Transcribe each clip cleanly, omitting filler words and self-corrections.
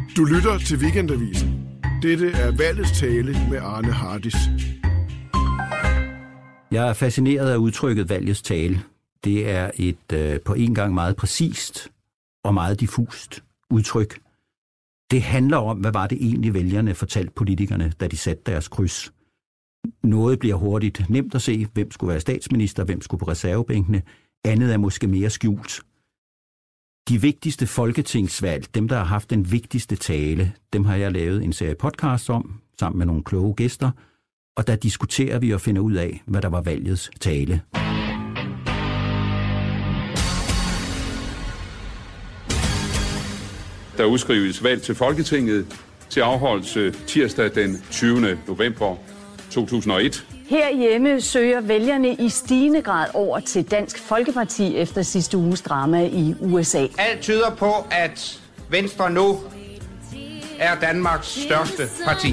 Du lytter til Weekendavisen. Dette er valgets tale med Arne Hardis. Jeg er fascineret af udtrykket valgets tale. Det er et på en gang meget præcist og meget diffust udtryk. Det handler om, hvad var det egentlig vælgerne fortalte politikerne, da de satte deres kryds. Noget bliver hurtigt nemt at se, hvem skulle være statsminister, hvem skulle på reservebænkene. Andet er måske mere skjult. De vigtigste folketingsvalg, dem der har haft den vigtigste tale, dem har jeg lavet en serie podcast om, sammen med nogle kloge gæster, og der diskuterer vi og finder ud af, hvad der var valgets tale. Der udskrives valg til Folketinget til afholdelse tirsdag den 20. november 2001. Herhjemme søger vælgerne i stigende grad over til Dansk Folkeparti efter sidste uges drama i USA. Alt tyder på, at Venstre nu er Danmarks største parti.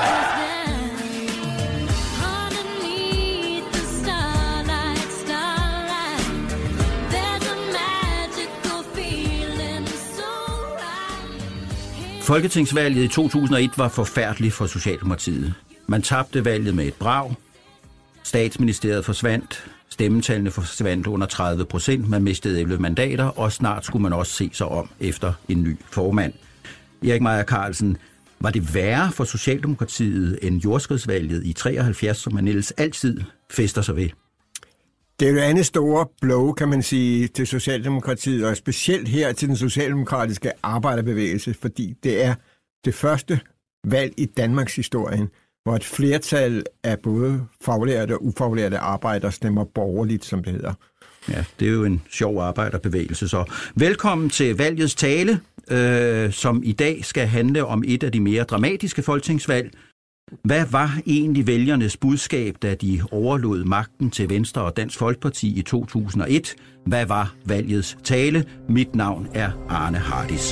Folketingsvalget i 2001 var forfærdeligt for Socialdemokratiet. Man tabte valget med et brag. Statsministeriet forsvandt. Stemmetallene forsvandt under 30%. Man mistede 11 mandater, og snart skulle man også se sig om efter en ny formand. Erik Meier Carlsen, var det værre for Socialdemokratiet end jordskredsvalget i 73, som man ellers altid fester sig ved? Det er jo andet store blow, kan man sige, til Socialdemokratiet, og specielt her til den socialdemokratiske arbejderbevægelse, fordi det er det første valg i Danmarks historien, hvor et flertal af både faglærte og ufaglærte arbejdere stemmer borgerligt, som det hedder. Ja, det er jo en sjov arbejderbevægelse. Så velkommen til valgets tale, som i dag skal handle om et af de mere dramatiske folketingsvalg. Hvad var egentlig vælgernes budskab, da de overlod magten til Venstre og Dansk Folkeparti i 2001? Hvad var valgets tale? Mit navn er Arne Hardis.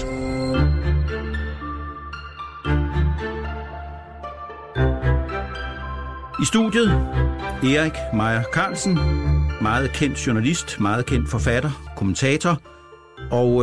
I studiet Erik Meier Carlsen, meget kendt journalist, meget kendt forfatter, kommentator, og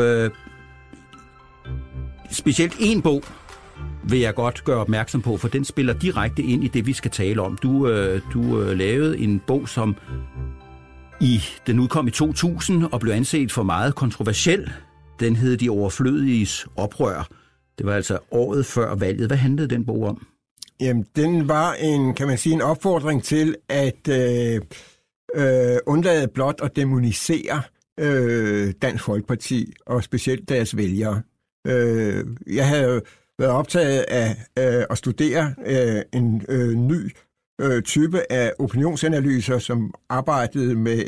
specielt en bog vil jeg godt gøre opmærksom på, for den spiller direkte ind i det, vi skal tale om. Du lavede en bog, som den udkom i 2000 og blev anset for meget kontroversiel. Den hed De overflødiges oprør. Det var altså året før valget. Hvad handlede den bog om? Jamen, den var en opfordring til at undlade blot at dæmonisere Dansk Folkeparti, og specielt deres vælgere. Jeg havde været optaget af at studere en ny type af opinionsanalyser, som arbejdede med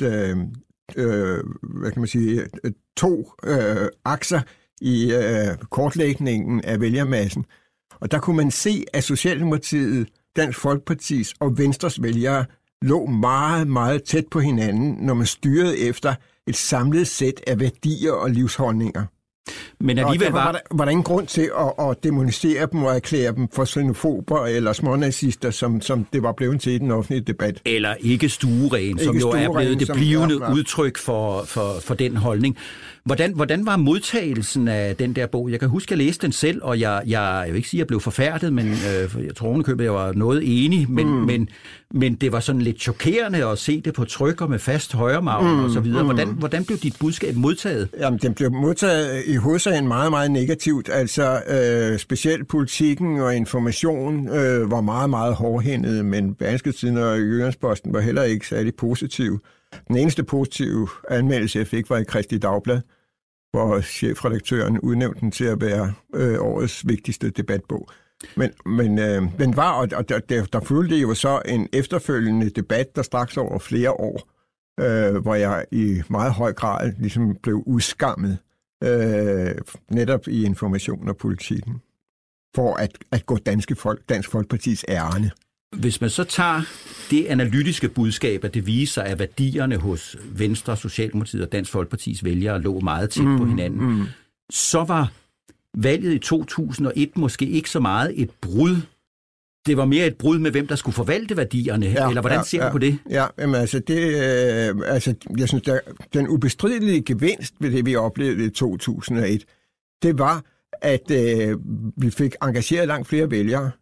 to akser i kortlægningen af vælgermassen. Og der kunne man se, at Socialdemokratiet, Dansk Folkepartis og Venstres vælgere lå meget, meget tæt på hinanden, når man styrede efter et samlet sæt af værdier og livsholdninger. Men alligevel var der ingen grund til at dæmonisere dem og erklære dem for xenofober eller smånazister, som det var blevet til i den offentlige debat. Eller ikke stueren, som jo er blevet det blivende udtryk for den holdning. Hvordan var modtagelsen af den der bog? Jeg kan huske, at jeg læste den selv, og jeg vil ikke sige, at jeg blev forfærdet, men jeg tror ovenikøbet, jeg var noget enig, men det var sådan lidt chokerende at se det på tryk og med fast højremargen og så videre. Hvordan blev dit budskab modtaget? Jamen, den blev modtaget i hovedsagen meget, meget negativt. Altså, specielt politikken og information var meget, meget hårdhændet, men Berlingske Tidende og Jyllands-Posten var heller ikke særlig positive. Den eneste positive anmeldelse, jeg fik, var i Kristi Dagblad, hvor chefredaktøren udnævnte den til at være årets vigtigste debatbog. Men den var, og der fulgte jo så en efterfølgende debat, der straks over flere år, hvor jeg i meget høj grad ligesom blev udskammet netop i information og politikken, for at gå Dansk Folkepartis ærinde. Hvis man så tager det analytiske budskab, at det viser sig, at værdierne hos Venstre, Socialdemokratiet og Dansk Folkepartis vælgere lå meget tæt på hinanden, så var valget i 2001 måske ikke så meget et brud. Det var mere et brud med, hvem der skulle forvalte værdierne, eller hvordan ser du på det? Ja, jamen, jeg synes, den ubestridelige gevinst ved det, vi oplevede i 2001, det var, at vi fik engageret langt flere vælgere.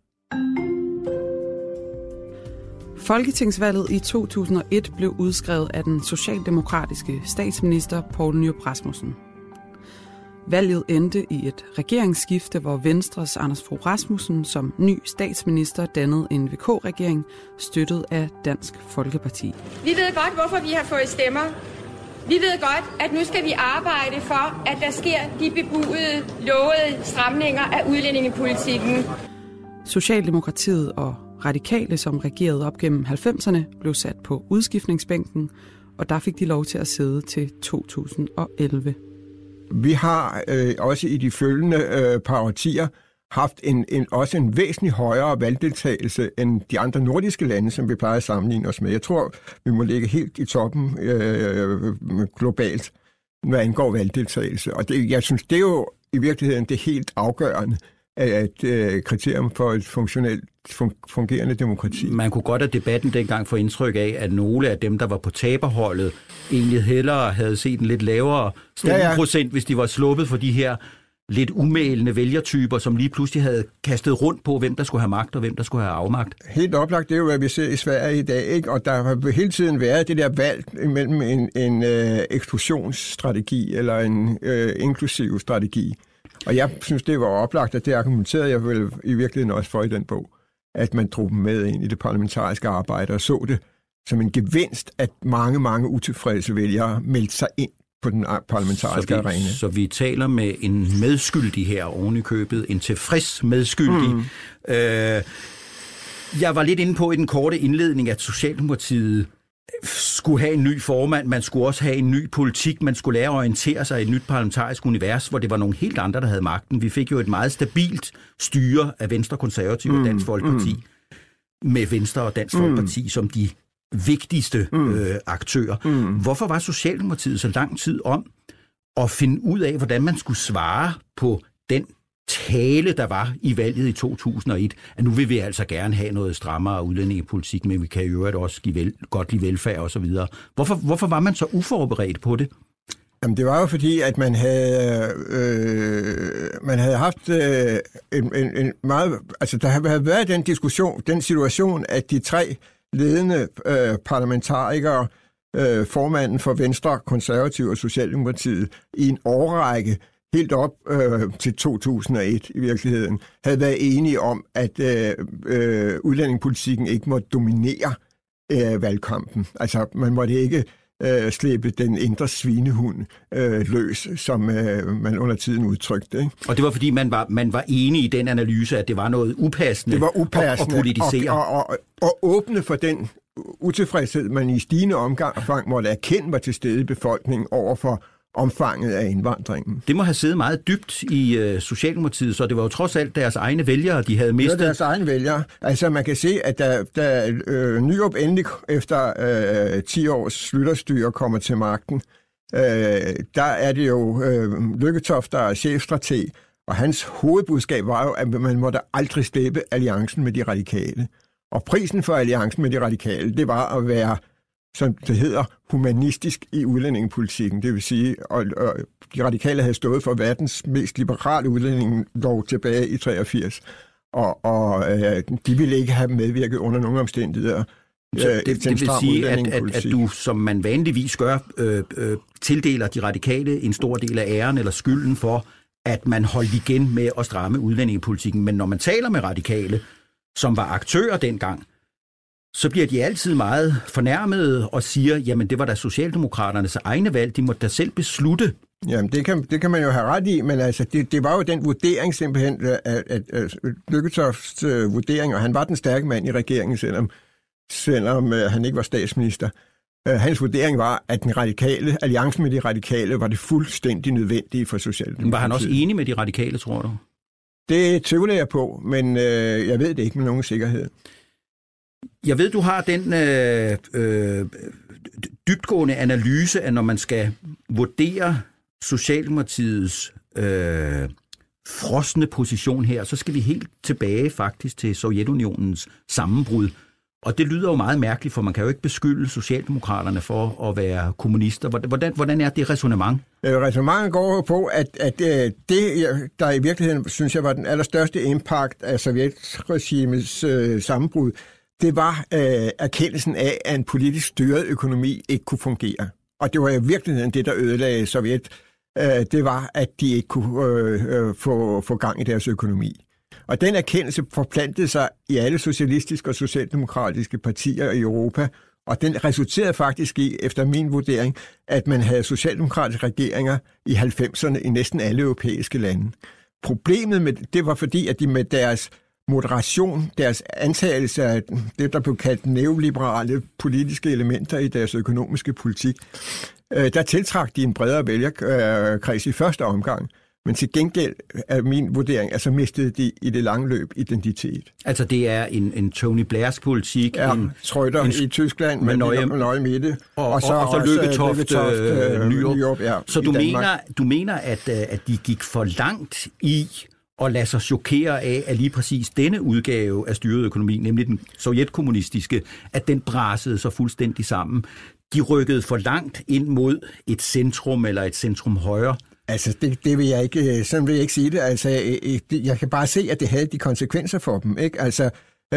Folketingsvalget i 2001 blev udskrevet af den socialdemokratiske statsminister Poul Nyrup Rasmussen. Valget endte i et regeringsskifte, hvor Venstres Anders Fogh Rasmussen som ny statsminister dannede en VK-regering, støttet af Dansk Folkeparti. Vi ved godt, hvorfor vi har fået stemmer. Vi ved godt, at nu skal vi arbejde for, at der sker de bebudede, lovede stramninger af udlændingepolitikken. Socialdemokratiet og Radikale, som regerede op gennem 90'erne, blev sat på udskiftningsbænken, og der fik de lov til at sidde til 2011. Vi har også i de følgende par årtier haft også en væsentlig højere valgdeltagelse end de andre nordiske lande, som vi plejer at sammenligne os med. Jeg tror, vi må ligge helt i toppen globalt, hvad angår valgdeltagelse. Og jeg synes, det er jo i virkeligheden det helt afgørende kriterium for et fungerende demokrati. Man kunne godt af debatten dengang få indtryk af, at nogle af dem, der var på taberholdet, egentlig hellere havde set en lidt lavere stemmeprocent, hvis de var sluppet for de her lidt umælende vælgertyper, som lige pludselig havde kastet rundt på, hvem der skulle have magt og hvem der skulle have afmagt. Helt oplagt, det er jo, hvad vi ser i Sverige i dag, ikke? Og der har hele tiden været det der valg mellem en eksklusionsstrategi eller en inklusiv strategi. Og jeg synes, det var oplagt, at det argumenterede jeg vel i virkeligheden også for i den bog, at man drog dem med ind i det parlamentariske arbejde og så det som en gevinst, at mange utilfredse vælgere meldte sig ind på den parlamentariske arena. Så vi taler med en medskyldig her oven i købet, en tilfreds medskyldig. Jeg var lidt inde på i den korte indledning, at Socialdemokratiet skulle have en ny formand, man skulle også have en ny politik, man skulle lære at orientere sig i et nyt parlamentarisk univers, hvor det var nogle helt andre, der havde magten. Vi fik jo et meget stabilt styre af Venstre, Konservative og Dansk Folkeparti, med Venstre og Dansk Folkeparti som de vigtigste aktører. Hvorfor var Socialdemokratiet så lang tid om at finde ud af, hvordan man skulle svare på den tale, der var i valget i 2001, at nu vil vi altså gerne have noget strammere udlændingepolitik, men vi kan jo også godt lide velfærd og så videre. Hvorfor var man så uforberedt på det? Jamen, det var jo fordi, at man havde haft en meget... Altså, der havde været den situation, at de tre ledende parlamentarikere, formanden for Venstre, Konservative og Socialdemokratiet, i en årrække helt op til 2001 i virkeligheden, havde været enige om, at udlændingepolitikken ikke måtte dominere valgkampen. Altså, man måtte ikke slippe den indre svinehund løs, som man under tiden udtrykte. Ikke? Og det var, fordi man var enig i den analyse, at det var noget upassende, det var upassende at politisere. Og åbne for den utilfredshed, man i stigende omfang måtte erkende var til stede i befolkningen over for omfanget af indvandringen. Det må have siddet meget dybt i Socialdemokratiet, så det var jo trods alt deres egne vælgere, de havde mistet. Det var deres egne vælgere. Altså man kan se, at da Nyrup endelig efter 10 års Schlüterstyre kommer til magten, der er det jo Lykketoft, der er chefstrateg, og hans hovedbudskab var jo, at man måtte aldrig slippe alliancen med de radikale. Og prisen for alliancen med de radikale, det var at være, som det hedder, humanistisk i udlændingepolitikken. Det vil sige, at de radikale havde stået for verdens mest liberale udlændingelov tilbage i 83. Og de ville ikke have medvirket under nogen omstændigheder. Så det vil sige, at du, som man vanligvis gør, tildeler de radikale en stor del af æren eller skylden for, at man holdt igen med at stramme udlændingepolitikken. Men når man taler med radikale, som var aktører dengang, så bliver de altid meget fornærmede og siger, jamen det var da Socialdemokraternes egne valg, de måtte da selv beslutte. Jamen det kan man jo have ret i, men altså det var jo den vurdering simpelthen, at Lykketofts vurdering, og han var den stærke mand i regeringen, selvom han ikke var statsminister. Hans vurdering var, at alliancen med de radikale var det fuldstændig nødvendige for Socialdemokratiet. Var han også enig med de radikale, tror du? Det tvivler jeg på, men jeg ved det ikke med nogen sikkerhed. Jeg ved, du har den dybtgående analyse, at når man skal vurdere Socialdemokratiets frosne position her, så skal vi helt tilbage faktisk til Sovjetunionens sammenbrud. Og det lyder jo meget mærkeligt, for man kan jo ikke beskylde Socialdemokraterne for at være kommunister. Hvordan er det ræsonnement? Resonemanget går på, at det, der i virkeligheden, synes jeg, var den allerstørste impact af sovjetregimets sammenbrud, det var erkendelsen af, at en politisk styret økonomi ikke kunne fungere. Og det var i virkeligheden det, der ødelagde Sovjet. Det var, at de ikke kunne få gang i deres økonomi. Og den erkendelse forplantede sig i alle socialistiske og socialdemokratiske partier i Europa, og den resulterede faktisk i, efter min vurdering, at man havde socialdemokratiske regeringer i 90'erne i næsten alle europæiske lande. Problemet med det var fordi, at de med deres moderation, deres antagelse af det, der blev kaldt neoliberale politiske elementer i deres økonomiske politik, der tiltrak de en bredere vælgerkreds i første omgang. Men til gengæld er min vurdering, altså mistede de i det lange løb identitet. Altså det er en Tony Blairs politik. Ja, Schröder i Tyskland, med nøje midte. Og så Lykketoft, Nyrup. Ja, så du mener, at de gik for langt i at lade sig chokere af, at lige præcis denne udgave af styret økonomi, nemlig den sovjetkommunistiske, at den brasede så fuldstændig sammen. De rykkede for langt ind mod et centrum eller et centrum højre. Altså, det vil jeg ikke, sådan vil jeg ikke sige det. Altså, jeg kan bare se, at det havde de konsekvenser for dem, ikke? Altså,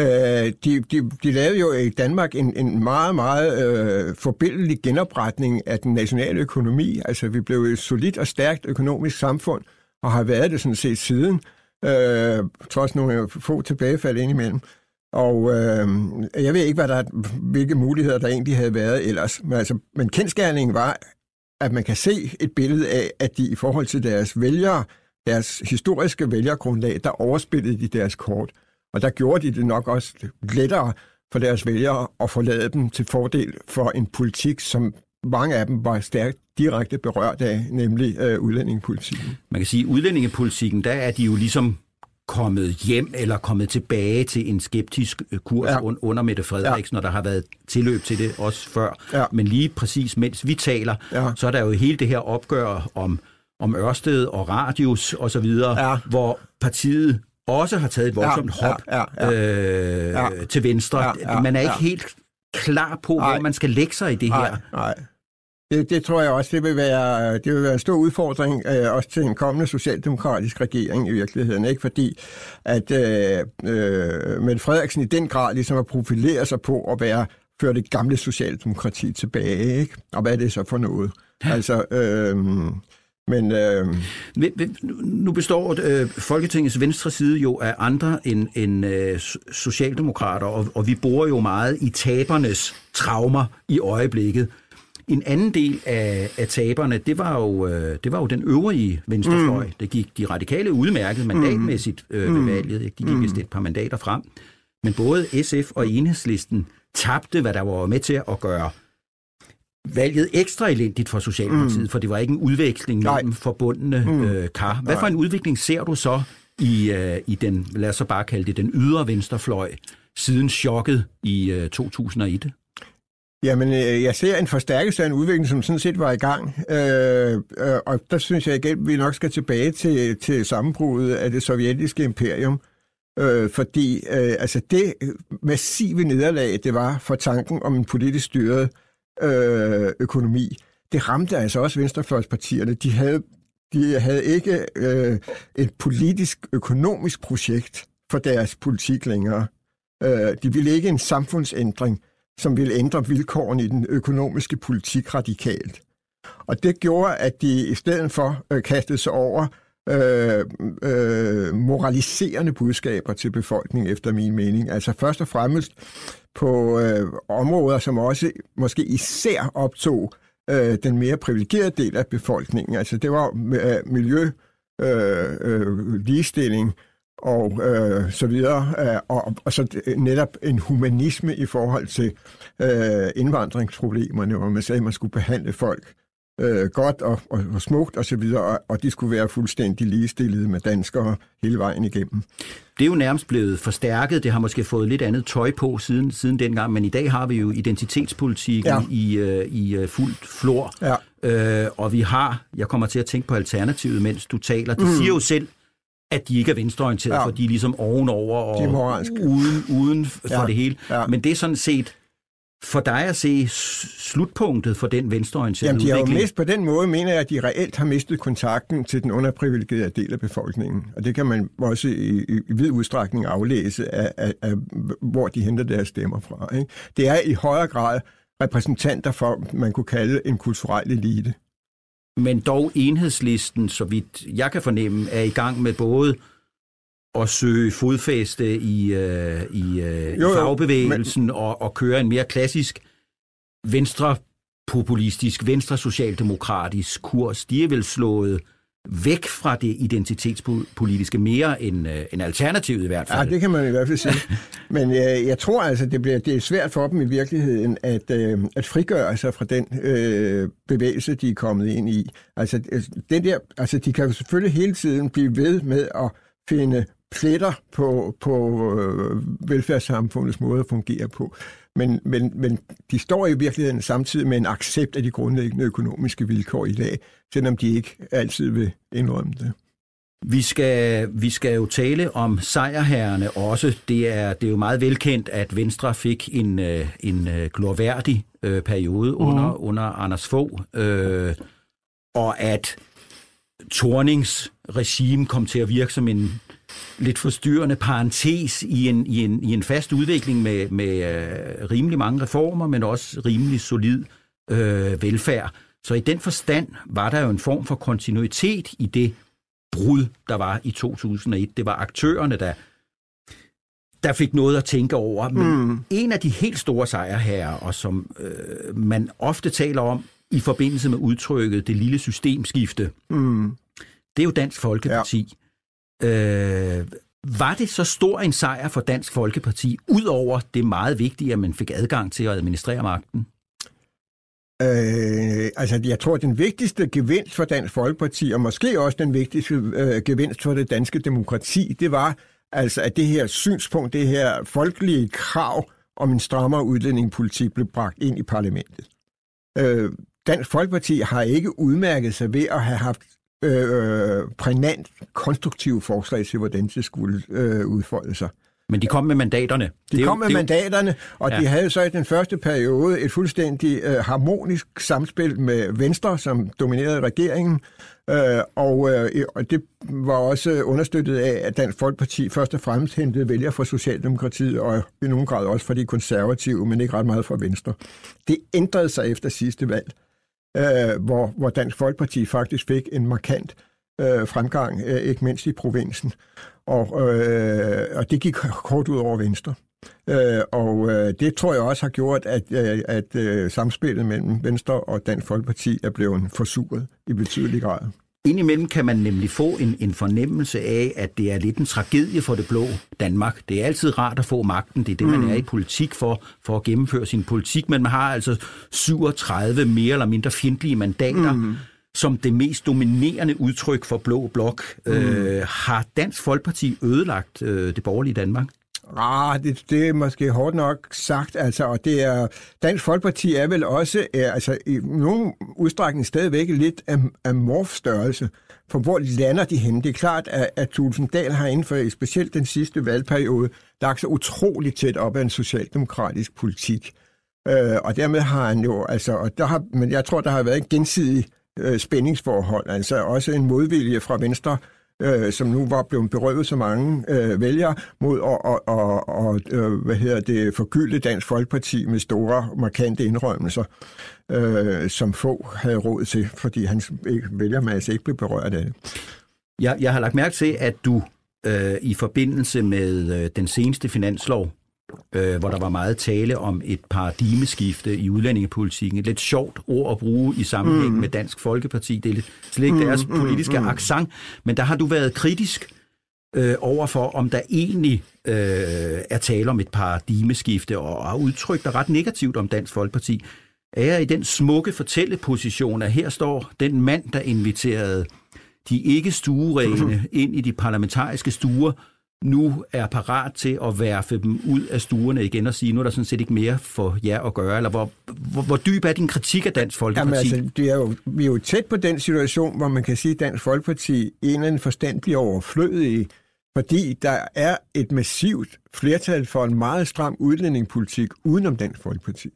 de lavede jo i Danmark en meget, meget forbilledlig genopretning af den nationale økonomi. Altså, vi blev et solidt og stærkt økonomisk samfund, og har været det sådan set siden, trods nogle få tilbagefald indimellem. Og jeg ved ikke, hvilke muligheder der egentlig havde været ellers. Men kendsgerningen var, at man kan se et billede af, at de i forhold til deres vælgere, deres historiske vælgergrundlag, der overspillede de deres kort. Og der gjorde de det nok også lettere for deres vælgere at forlade dem til fordel for en politik, som mange af dem var stærkt direkte berørt af, nemlig udlændingepolitikken. Man kan sige, at udlændingepolitikken, der er de jo ligesom kommet hjem eller kommet tilbage til en skeptisk kurs under Mette Frederiksen, og der har været tilløb til det også før. Ja. Men lige præcis mens vi taler, så er der jo hele det her opgør om Ørsted og Radius og så videre, hvor partiet også har taget et voldsomt hop til venstre. Man er ikke helt klar på, hvor man skal lægge sig i det her. Nej. Det tror jeg også, det vil være en stor udfordring, også til en kommende socialdemokratisk regering i virkeligheden, ikke? Fordi at Mette Frederiksen i den grad ligesom har profileret sig på at føre det gamle socialdemokrati tilbage, ikke? Og hvad er det så for noget? Altså, nu består Folketingets venstre side jo af andre end socialdemokrater, og vi bor jo meget i tabernes traumer i øjeblikket. En anden del af taberne, det var jo den øvrige venstrefløj. Det gik de radikale udmærket mandatmæssigt ved valget. De gik vist et par mandater frem. Men både SF og Enhedslisten tabte, hvad der var med til at gøre valget ekstra elendigt for Socialdemokratiet, for det var ikke en udveksling mellem forbundne kar. Hvad for en udvikling ser du så i den, lad os så bare kalde det, den ydre venstrefløj, siden chokket i 2001? Jamen, jeg ser en forstærkelse af en udvikling, som sådan set var i gang. Og der synes jeg igen, vi nok skal tilbage til sammenbruddet af det sovjetiske imperium. Fordi altså det massive nederlag, det var for tanken om en politisk styret økonomi, det ramte altså også venstrefløjspartierne. De havde ikke et politisk økonomisk projekt for deres politik længere. De ville ikke en samfundsændring, som ville ændre vilkårene i den økonomiske politik radikalt. Og det gjorde, at de i stedet for kastede sig over moraliserende budskaber til befolkningen, efter min mening. Altså først og fremmest på områder, som også måske især optog den mere privilegerede del af befolkningen. Altså det var miljø, ligestilling og så videre, og så netop en humanisme i forhold til indvandringsproblemerne, hvor man sagde, at man skulle behandle folk godt og smukt og så videre, og de skulle være fuldstændig ligestillede med danskere hele vejen igennem. Det er jo nærmest blevet forstærket. Det har måske fået lidt andet tøj på siden dengang, men i dag har vi jo identitetspolitikken i fuldt flor. Ja. Og vi har, jeg kommer til at tænke på Alternativet, mens du taler. De siger jo selv, at de ikke er venstreorienterede, for de er ligesom ovenover og uden for det hele. Ja. Men det er sådan set for dig at se slutpunktet for den venstreorienterede udvikling? Jamen, de har jo på den måde, mener jeg, at de reelt har mistet kontakten til den underprivilegerede del af befolkningen. Og det kan man også i vid udstrækning aflæse af hvor de henter deres stemmer fra. Ikke? Det er i højere grad repræsentanter for, man kunne kalde en kulturel elite. Men dog Enhedslisten, så vidt jeg kan fornemme, er i gang med både at søge fodfæste i fagbevægelsen og køre en mere klassisk venstrepopulistisk, venstresocialdemokratisk kurs. De er vel slået væk fra det identitetspolitiske mere end alternativet i hvert fald. Ja, det kan man i hvert fald sige. Men jeg tror altså, det er svært for dem i virkeligheden at frigøre sig fra den bevægelse, de er kommet ind i. Altså, de kan jo selvfølgelig hele tiden blive ved med at finde pletter på velfærdssamfundets måde at fungere på. Men de står i virkeligheden samtidig med en accept af de grundlæggende økonomiske vilkår i dag, selvom de ikke altid vil indrømme det. Vi skal jo tale om sejrherrerne også. Det er jo meget velkendt, at Venstre fik en glorværdig periode under Anders Fogh, og at Thornings regime kom til at virke som en lidt forstyrrende parentes i en fast udvikling med rimelig mange reformer, men også rimelig solid velfærd. Så i den forstand var der jo en form for kontinuitet i det brud, der var i 2001. Det var aktørerne, der fik noget at tænke over. Men en af de helt store sejrherrer, og som man ofte taler om i forbindelse med udtrykket det lille systemskifte, det er jo Dansk Folkeparti. Ja. Var det så stor en sejr for Dansk Folkeparti, udover det meget vigtige, at man fik adgang til at administrere magten? Jeg tror, at den vigtigste gevinst for Dansk Folkeparti, og måske også den vigtigste gevinst for det danske demokrati, det var altså, at det her synspunkt, det her folkelige krav om en strammere udlændingepolitik blev bragt ind i parlamentet. Dansk Folkeparti har ikke udmærket sig ved at have haft prægnant, konstruktive forslag til, hvordan det skulle udfolde sig. Men de kom med mandaterne. Mandaterne, og de havde så i den første periode et fuldstændig harmonisk samspil med Venstre, som dominerede regeringen, og det var også understøttet af, at Dansk Folkeparti først og fremmest hentede vælgere fra Socialdemokratiet, og i nogen grad også fra de konservative, men ikke ret meget fra Venstre. Det ændrede sig efter sidste valg, hvor Dansk Folkeparti faktisk fik en markant fremgang, ikke mindst i provinsen. Og det gik kort ud over Venstre. Det tror jeg også har gjort, at samspillet mellem Venstre og Dansk Folkeparti er blevet forsuret i betydelig grad. Indimellem kan man nemlig få en fornemmelse af, at det er lidt en tragedie for det blå Danmark. Det er altid rart at få magten. Det er det, man er i politik for at gennemføre sin politik. Men man har altså 37 mere eller mindre fjendtlige mandater, som det mest dominerende udtryk for blå blok. Har Dansk Folkeparti ødelagt det borgerlige Danmark? Det er måske hårdt nok sagt, altså, og det er, Dansk Folkeparti er vel også i nogen udstrækning stadigvæk lidt amorf størrelse, for hvor lander de henne? Det er klart, at Thulesen Dahl har inden for specielt den sidste valgperiode lagt sig utroligt tæt op af en socialdemokratisk politik, og dermed har han jo, men jeg tror, der har været en gensidig spændingsforhold, altså også en modvilje fra Venstre, som nu var blevet berøvet så mange vælgere mod at forgylde Dansk Folkeparti med store, markante indrømmelser, som få havde råd til, fordi hans vælgermasse ikke blev berørt af det. Jeg har lagt mærke til, at du i forbindelse med den seneste finanslov, hvor der var meget tale om et paradigmeskifte i udlændingepolitikken. Et lidt sjovt ord at bruge i sammenhæng med Dansk Folkeparti. Det er slet ikke deres politiske accent, men der har du været kritisk overfor, om der egentlig er tale om et paradigmeskifte, og har udtrykt dig ret negativt om Dansk Folkeparti. Er jeg i den smukke fortælleposition, at her står den mand, der inviterede de ikke stuerene ind i de parlamentariske stuer, nu er parat til at værfe dem ud af stuerne igen og sige, nu er der sådan set ikke mere for jer at gøre, eller hvor dyb er din kritik af Dansk Folkeparti? Jamen, vi er jo tæt på den situation, hvor man kan sige, at Dansk Folkeparti i en eller anden forstand bliver overflødig, fordi der er et massivt flertal for en meget stram udlændingepolitik udenom Dansk Folkeparti.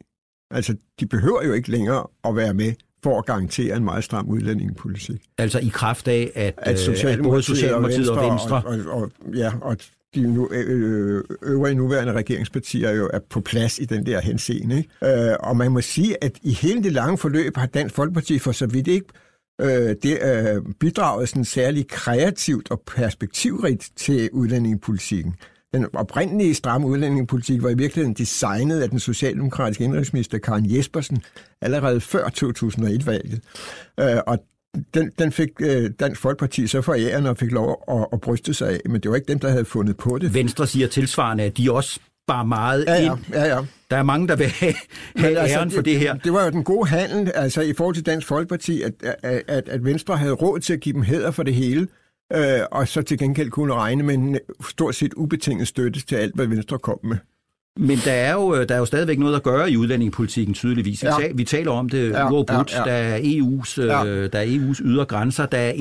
Altså, de behøver jo ikke længere at være med for at garantere en meget stram udlændingepolitik. Altså i kraft af, at både Socialdemokratiet og Venstre... Og de øvrige nuværende regeringspartier jo er på plads i den der henseende. Og man må sige, at i hele det lange forløb har Dansk Folkeparti for så vidt ikke bidraget sådan særlig kreativt og perspektivrigt til udlændingepolitikken. Den oprindelige stramme udlændingepolitik var i virkeligheden designet af den socialdemokratiske indrigsminister Karen Jespersen allerede før 2001-valget. Og den fik Dansk Folkeparti så for æren og fik lov at bryste sig af, men det var ikke dem, der havde fundet på det. Venstre siger tilsvarende, at de også bare meget ind. Ja. Der er mange, der vil have æren for det her. Det var jo den gode handel, altså i forhold til Dansk Folkeparti, at Venstre havde råd til at give dem hæder for det hele, og så til gengæld kunne regne med en stort set ubetinget støtte til alt, hvad Venstre kom med. Men der er jo stadigvæk noget at gøre i udlændingepolitikken tydeligvis. Vi taler om det uafbrudt. Der er EU's ydre grænser, der er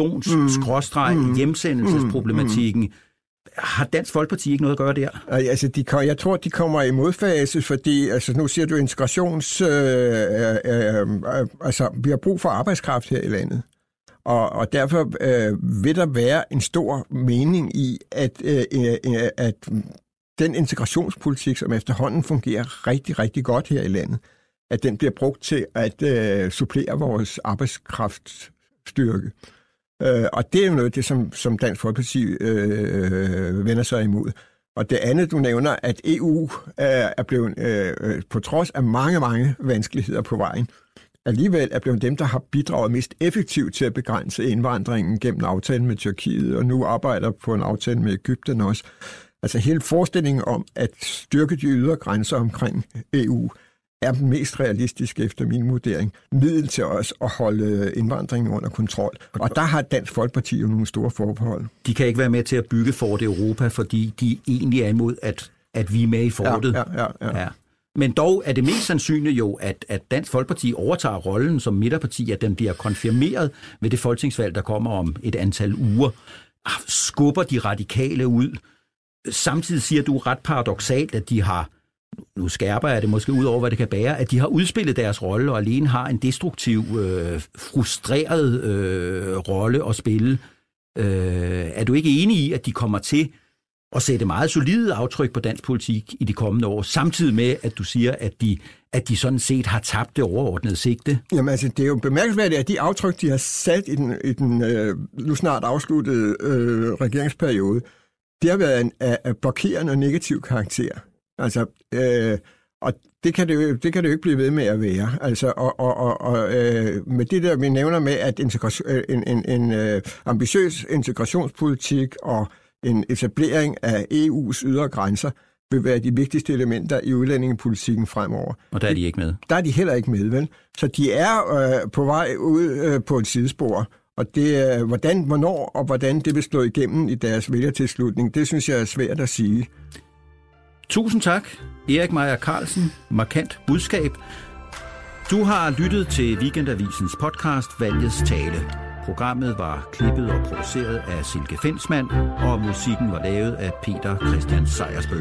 hjemsendelsesproblematikken. Har Dansk Folkeparti ikke noget at gøre der? Altså, jeg tror, de kommer i modfase, fordi altså, nu siger du altså, vi har brug for arbejdskraft her i landet. Og derfor vil der være en stor mening i, at den integrationspolitik, som efterhånden fungerer rigtig, rigtig godt her i landet, at den bliver brugt til at supplere vores arbejdskraftstyrke. Og det er jo noget af det, som Dansk Folkeparti vender sig imod. Og det andet, du nævner, at EU er blevet, på trods af mange, mange vanskeligheder på vejen, alligevel er blevet dem, der har bidraget mest effektivt til at begrænse indvandringen gennem aftalen med Tyrkiet, og nu arbejder på en aftale med Egypten også. Altså hele forestillingen om at styrke de ydre grænser omkring EU er den mest realistiske efter min vurdering. Middel til os at holde indvandringen under kontrol. Og der har Dansk Folkeparti jo nogle store forbehold. De kan ikke være med til at bygge Fort Europa, fordi de egentlig er imod, at vi er med i fortet. Ja. Men dog er det mest sandsynligt jo, at Dansk Folkeparti overtager rollen som midterparti, at den bliver konfirmeret ved det folketingsvalg, der kommer om et antal uger, skubber de radikale ud. Samtidig siger du ret paradoksalt, at de har, nu skærper jeg det måske ud over, hvad det kan bære, at de har udspillet deres rolle og alene har en destruktiv, frustreret rolle at spille. Er du ikke enig i, at de kommer til at sætte meget solide aftryk på dansk politik i de kommende år, samtidig med, at du siger, at de sådan set har tabt det overordnede sigte? Jamen altså, det er jo bemærkelsesværdigt, at de aftryk, de har sat i den nu snart afsluttede regeringsperiode, det har været af blokerende og negativ karakter. Altså, og det kan det jo ikke blive ved med at være. Altså, og med det der, vi nævner med, at en ambitiøs integrationspolitik og en etablering af EU's ydre grænser vil være de vigtigste elementer i udlændingepolitikken fremover. Og der er de ikke med? Der er de heller ikke med, vel? Så de er på vej ud på et sidespor. Og det er, hvornår og hvordan det vil slå igennem i deres vælgertilslutning, det synes jeg er svært at sige. Tusind tak, Erik Meier Carlsen. Markant budskab. Du har lyttet til Weekendavisens podcast Valgets Tale. Programmet var klippet og produceret af Silke Fensmann, og musikken var lavet af Peter Christian Sejersbøl.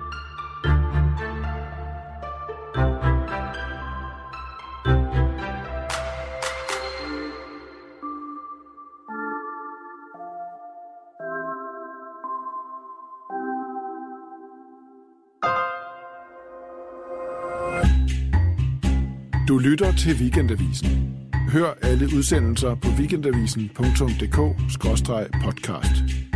Du lytter til Weekendavisen. Hør alle udsendelser på weekendavisen.dk/podcast.